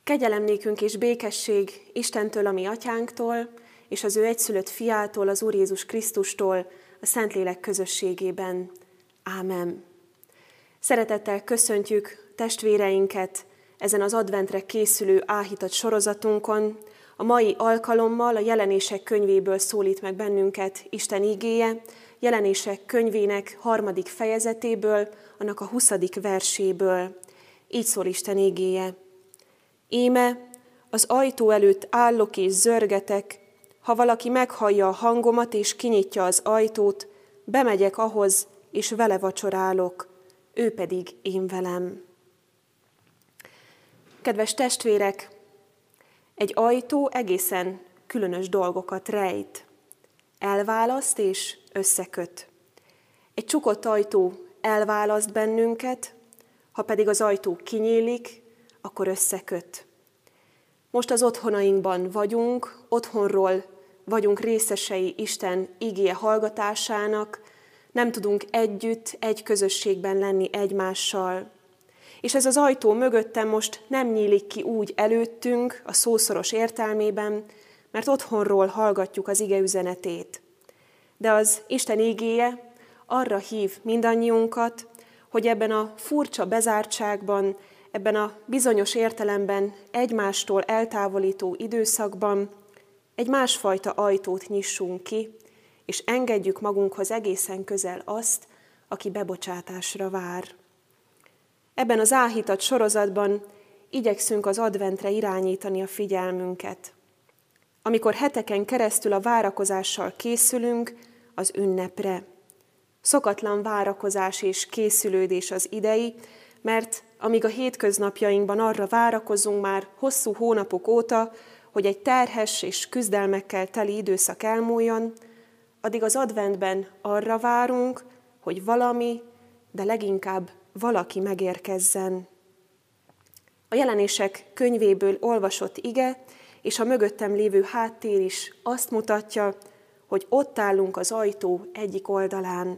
Kegyelem nékünk és békesség Istentől, a mi atyánktól, és az ő egyszülött fiától, az Úr Jézus Krisztustól, a Szentlélek közösségében. Ámen. Szeretettel köszöntjük testvéreinket ezen az adventre készülő áhított sorozatunkon. A mai alkalommal a Jelenések könyvéből szólít meg bennünket Isten igéje, Jelenések könyvének 3. fejezetéből, annak a 20. verséből. Így szól Isten igéje. Íme, az ajtó előtt állok és zörgetek, ha valaki meghallja a hangomat és kinyitja az ajtót, bemegyek ahhoz, és vele vacsorálok, ő pedig én velem. Kedves testvérek, egy ajtó egészen különös dolgokat rejt. Elválaszt és összeköt. Egy csukott ajtó elválaszt bennünket, ha pedig az ajtó kinyílik, akkor összeköt. Most az otthonainkban vagyunk, otthonról vagyunk részesei Isten igéje hallgatásának, nem tudunk együtt, egy közösségben lenni egymással. És ez az ajtó mögöttem most nem nyílik ki úgy előttünk, a szószoros értelmében, mert otthonról hallgatjuk az ige üzenetét. De az Isten igéje arra hív mindannyiunkat, hogy ebben a furcsa bezártságban, ebben a bizonyos értelemben egymástól eltávolító időszakban egy másfajta ajtót nyissunk ki, és engedjük magunkhoz egészen közel azt, aki bebocsátásra vár. Ebben az áhított sorozatban igyekszünk az adventre irányítani a figyelmünket. Amikor heteken keresztül a várakozással készülünk az ünnepre. Szokatlan várakozás és készülődés az idei, mert amíg a hétköznapjainkban arra várakozunk már hosszú hónapok óta, hogy egy terhes és küzdelmekkel teli időszak elmúljon, addig az adventben arra várunk, hogy valami, de leginkább valaki megérkezzen. A Jelenések könyvéből olvasott ige és a mögöttem lévő háttér is azt mutatja, hogy ott állunk az ajtó egyik oldalán.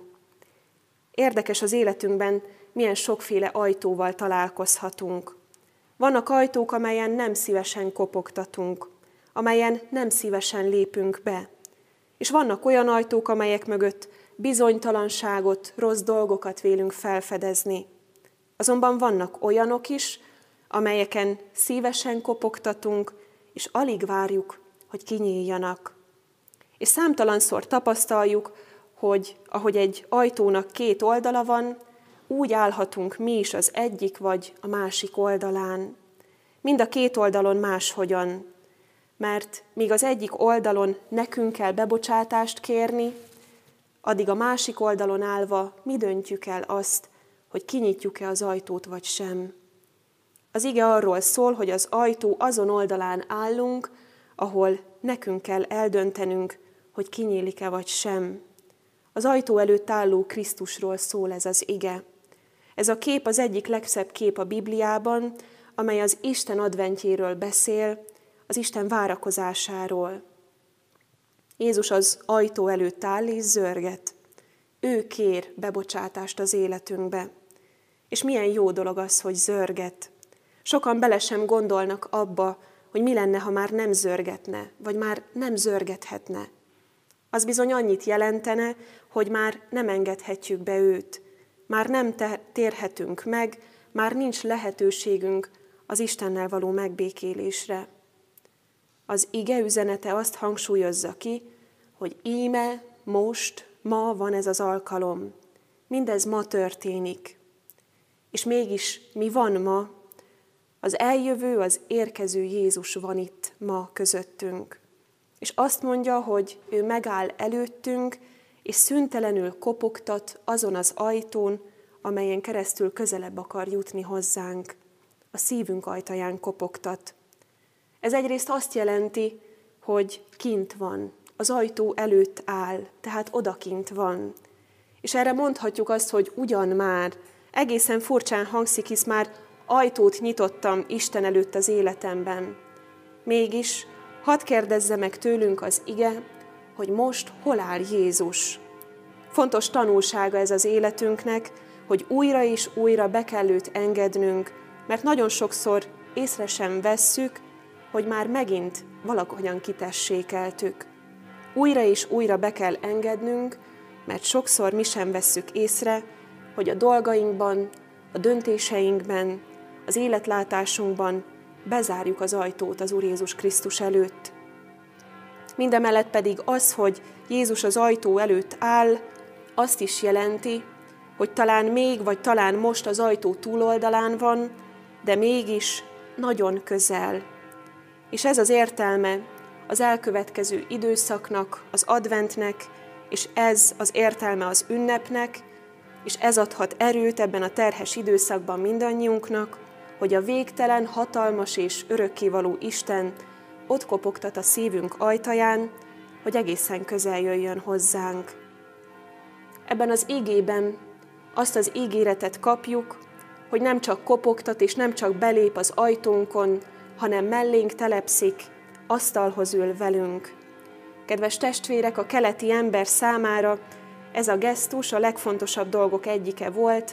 Érdekes az életünkben, milyen sokféle ajtóval találkozhatunk. Vannak ajtók, amelyen nem szívesen kopogtatunk, amelyen nem szívesen lépünk be. És vannak olyan ajtók, amelyek mögött bizonytalanságot, rossz dolgokat vélünk felfedezni. Azonban vannak olyanok is, amelyeken szívesen kopogtatunk, és alig várjuk, hogy kinyíljanak. És számtalanszor tapasztaljuk, hogy ahogy egy ajtónak két oldala van, úgy állhatunk mi is az egyik vagy a másik oldalán. Mind a két oldalon máshogyan, mert míg az egyik oldalon nekünk kell bebocsátást kérni, addig a másik oldalon állva mi döntjük el azt, hogy kinyitjuk-e az ajtót vagy sem. Az ige arról szól, hogy az ajtó azon oldalán állunk, ahol nekünk kell eldöntenünk, hogy kinyílik-e vagy sem. Az ajtó előtt álló Krisztusról szól ez az ige. Ez a kép az egyik legszebb kép a Bibliában, amely az Isten adventjéről beszél, az Isten várakozásáról. Jézus az ajtó előtt áll és zörget. Ő kér bebocsátást az életünkbe. És milyen jó dolog az, hogy zörget. Sokan bele sem gondolnak abba, hogy mi lenne, ha már nem zörgetne, vagy már nem zörgethetne. Az bizony annyit jelentene, hogy már nem engedhetjük be őt, már nem térhetünk meg, már nincs lehetőségünk az Istennel való megbékélésre. Az ige üzenete azt hangsúlyozza ki, hogy íme, most, ma van ez az alkalom. Mindez ma történik. És mégis mi van ma? Az eljövő, az érkező Jézus van itt ma közöttünk. És azt mondja, hogy ő megáll előttünk, és szüntelenül kopogtat azon az ajtón, amelyen keresztül közelebb akar jutni hozzánk. A szívünk ajtaján kopogtat. Ez egyrészt azt jelenti, hogy kint van, az ajtó előtt áll, tehát odakint van. És erre mondhatjuk azt, hogy ugyan már, egészen furcsán hangzik, hisz már ajtót nyitottam Isten előtt az életemben. Mégis hadd kérdezze meg tőlünk az ige, hogy most hol áll Jézus. Fontos tanulsága ez az életünknek, hogy újra és újra be kell őt engednünk, mert nagyon sokszor észre sem vesszük, hogy már megint valahogyan kitessékeltük. Újra és újra be kell engednünk, mert sokszor mi sem vesszük észre, hogy a dolgainkban, a döntéseinkben, az életlátásunkban bezárjuk az ajtót az Úr Jézus Krisztus előtt. Mindemellett pedig az, hogy Jézus az ajtó előtt áll, azt is jelenti, hogy talán még, vagy talán most az ajtó túloldalán van, de mégis nagyon közel. És ez az értelme az elkövetkező időszaknak, az adventnek, és ez az értelme az ünnepnek, és ez adhat erőt ebben a terhes időszakban mindannyiunknak, hogy a végtelen, hatalmas és örökkévaló Isten ott kopogtat a szívünk ajtaján, hogy egészen közel jöjjön hozzánk. Ebben az igében azt az ígéretet kapjuk, hogy nem csak kopogtat és nem csak belép az ajtónkon, hanem mellénk telepszik, asztalhoz ül velünk. Kedves testvérek, a keleti ember számára ez a gesztus a legfontosabb dolgok egyike volt,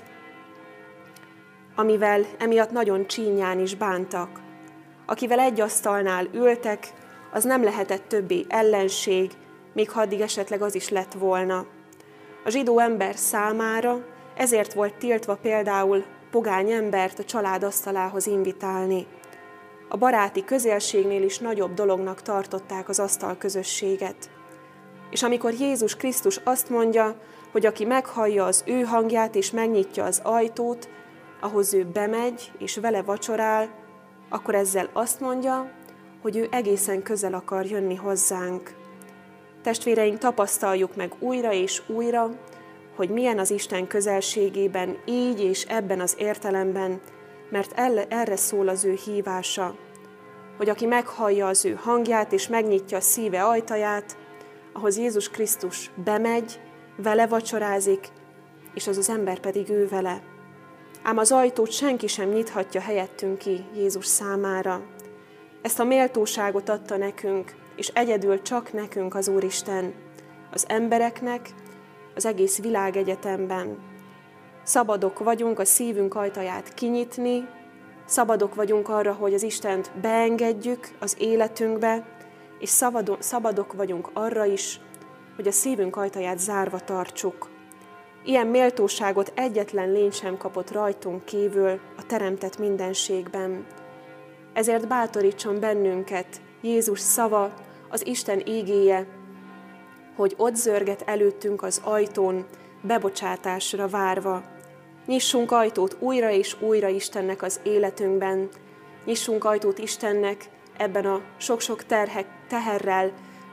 amivel emiatt nagyon csínyán is bántak. Akivel egy asztalnál ültek, az nem lehetett többé ellenség, még ha addig esetleg az is lett volna. A zsidó ember számára ezért volt tiltva például pogány embert a család asztalához invitálni. A baráti közélségnél is nagyobb dolognak tartották az asztalközösséget. És amikor Jézus Krisztus azt mondja, hogy aki meghallja az ő hangját és megnyitja az ajtót, ahhoz ő bemegy és vele vacsorál, akkor ezzel azt mondja, hogy ő egészen közel akar jönni hozzánk. Testvéreink, tapasztaljuk meg újra és újra, hogy milyen az Isten közelségében, így és ebben az értelemben, mert erre szól az ő hívása, hogy aki meghallja az ő hangját és megnyitja a szíve ajtaját, ahhoz Jézus Krisztus bemegy, vele vacsorázik, és az az ember pedig ő vele. Ám az ajtót senki sem nyithatja helyettünk ki Jézus számára. Ezt a méltóságot adta nekünk, és egyedül csak nekünk az Úristen, az embereknek, az egész világegyetemben. Szabadok vagyunk a szívünk ajtaját kinyitni, szabadok vagyunk arra, hogy az Istent beengedjük az életünkbe, és szabadok vagyunk arra is, hogy a szívünk ajtaját zárva tartsuk. Ilyen méltóságot egyetlen lény sem kapott rajtunk kívül a teremtett mindenségben. Ezért bátorítson bennünket Jézus szava, az Isten ígéje, hogy ott zörget előttünk az ajtón, bebocsátásra várva. Nyissunk ajtót újra és újra Istennek az életünkben. Nyissunk ajtót Istennek ebben a sok-sok teherrel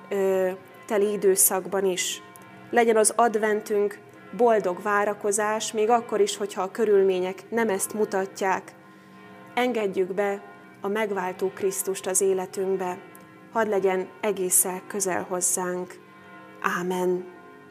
teli időszakban is. Legyen az adventünk boldog várakozás, még akkor is, hogyha a körülmények nem ezt mutatják. Engedjük be a megváltó Krisztust az életünkbe. Hadd legyen egészen közel hozzánk. Ámen.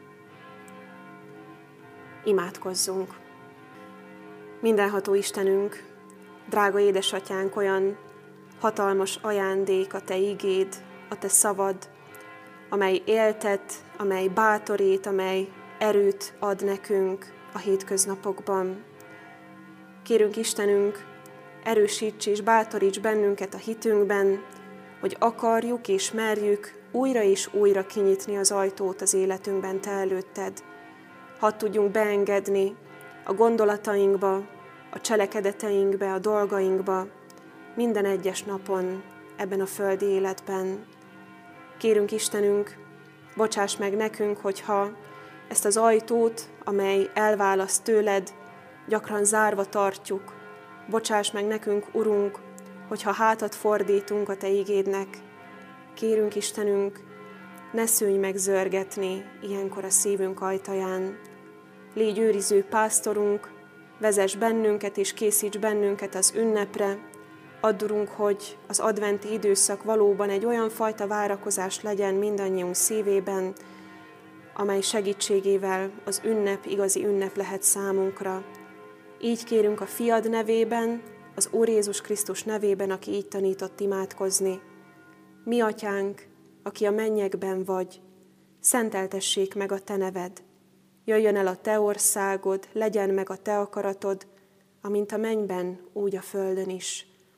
Imádkozzunk. Mindenható Istenünk, drága édesatyánk, olyan hatalmas ajándék a Te igéd, a Te szavad, amely éltet, amely bátorít, amely erőt ad nekünk a hétköznapokban. Kérünk Istenünk, erősíts és bátoríts bennünket a hitünkben, hogy akarjuk és merjük újra és újra kinyitni az ajtót az életünkben Te előtted. Hadd tudjunk beengedni a gondolatainkba, a cselekedeteinkbe, a dolgainkba, minden egyes napon ebben a földi életben. Kérünk Istenünk, bocsáss meg nekünk, hogyha ezt az ajtót, amely elválaszt tőled, gyakran zárva tartjuk. Bocsáss meg nekünk, Urunk, hogyha hátat fordítunk a Te igédnek. Kérünk Istenünk, ne szűnj meg zörgetni ilyenkor a szívünk ajtaján. Légy őriző pásztorunk, vezess bennünket és készíts bennünket az ünnepre. Add, Urunk, hogy az adventi időszak valóban egy olyan fajta várakozás legyen mindannyiunk szívében, amely segítségével az ünnep igazi ünnep lehet számunkra. Így kérünk a Fiad nevében, az Úr Jézus Krisztus nevében, aki így tanított imádkozni. Mi Atyánk, aki a mennyekben vagy, szenteltessék meg a Te neved. Jöjjön el a Te országod, legyen meg a Te akaratod, amint a mennyben, úgy a földön is.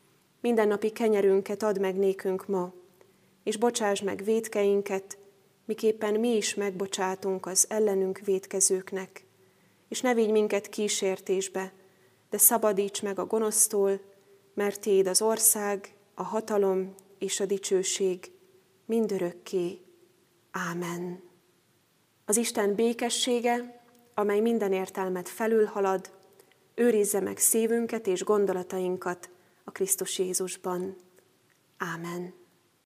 mindennapi kenyerünket add meg nékünk ma, és bocsásd meg vétkeinket, miképpen mi is megbocsátunk az ellenünk vétkezőknek. És ne vigy minket kísértésbe, de szabadíts meg a gonosztól, mert Tiéd az ország, a hatalom és a dicsőség mindörökké. Ámen. Az Isten békessége, amely minden értelmet felülhalad, őrizze meg szívünket és gondolatainkat a Krisztus Jézusban. Ámen.